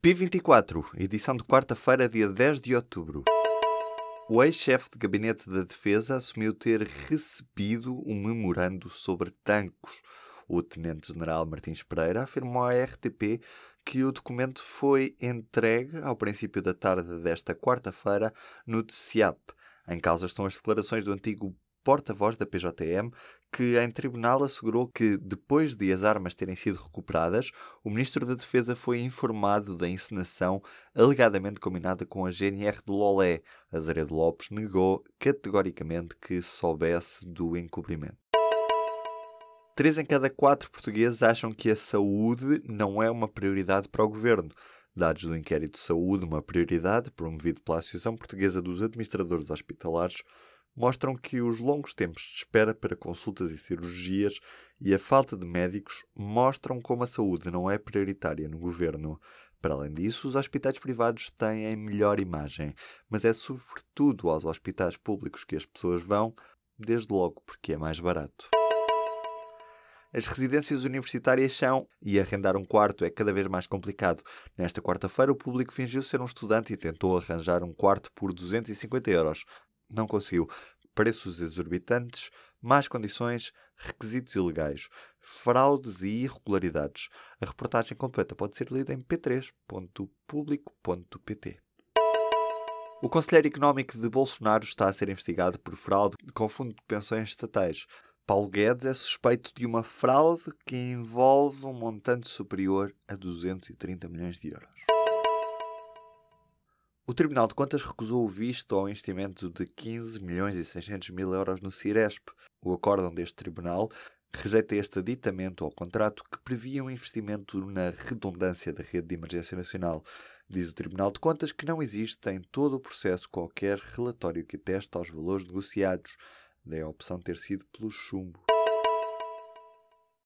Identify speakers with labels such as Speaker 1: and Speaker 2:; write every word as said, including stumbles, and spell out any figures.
Speaker 1: P vinte e quatro, edição de quarta-feira, dia dez de outubro. O ex-chefe de gabinete da Defesa assumiu ter recebido um memorando sobre tanques. O tenente-general Martins Pereira afirmou à R T P que o documento foi entregue ao princípio da tarde desta quarta-feira no T C I A P. Em causa estão as declarações do antigo porta-voz da P J M, que em tribunal assegurou que, depois de as armas terem sido recuperadas, o Ministro da Defesa foi informado da encenação alegadamente combinada com a G N R de Lolé. Azeredo Lopes negou categoricamente que soubesse do encobrimento. Três em cada quatro portugueses acham que a saúde não é uma prioridade para o governo. Dados do inquérito de saúde, uma prioridade, promovido pela Associação Portuguesa dos Administradores Hospitalares, mostram que os longos tempos de espera para consultas e cirurgias e a falta de médicos mostram como a saúde não é prioritária no governo. Para além disso, os hospitais privados têm melhor imagem, mas é sobretudo aos hospitais públicos que as pessoas vão, desde logo porque é mais barato. As residências universitárias são, e arrendar um quarto é cada vez mais complicado. Nesta quarta-feira, o público fingiu ser um estudante e tentou arranjar um quarto por duzentos e cinquenta euros. Não conseguiu. Preços exorbitantes, más condições, requisitos ilegais, fraudes e irregularidades. A reportagem completa pode ser lida em p três ponto publico ponto p t. O conselheiro económico de Bolsonaro está a ser investigado por fraude com fundo de pensões estatais. Paulo Guedes é suspeito de uma fraude que envolve um montante superior a duzentos e trinta milhões de euros. O Tribunal de Contas recusou o visto ao investimento de quinze milhões e seiscentos mil euros no Ciresp. O acórdão deste tribunal rejeita este aditamento ao contrato que previa um investimento na redundância da rede de emergência nacional. Diz o Tribunal de Contas que não existe em todo o processo qualquer relatório que ateste aos valores negociados. Daí a opção ter sido pelo chumbo.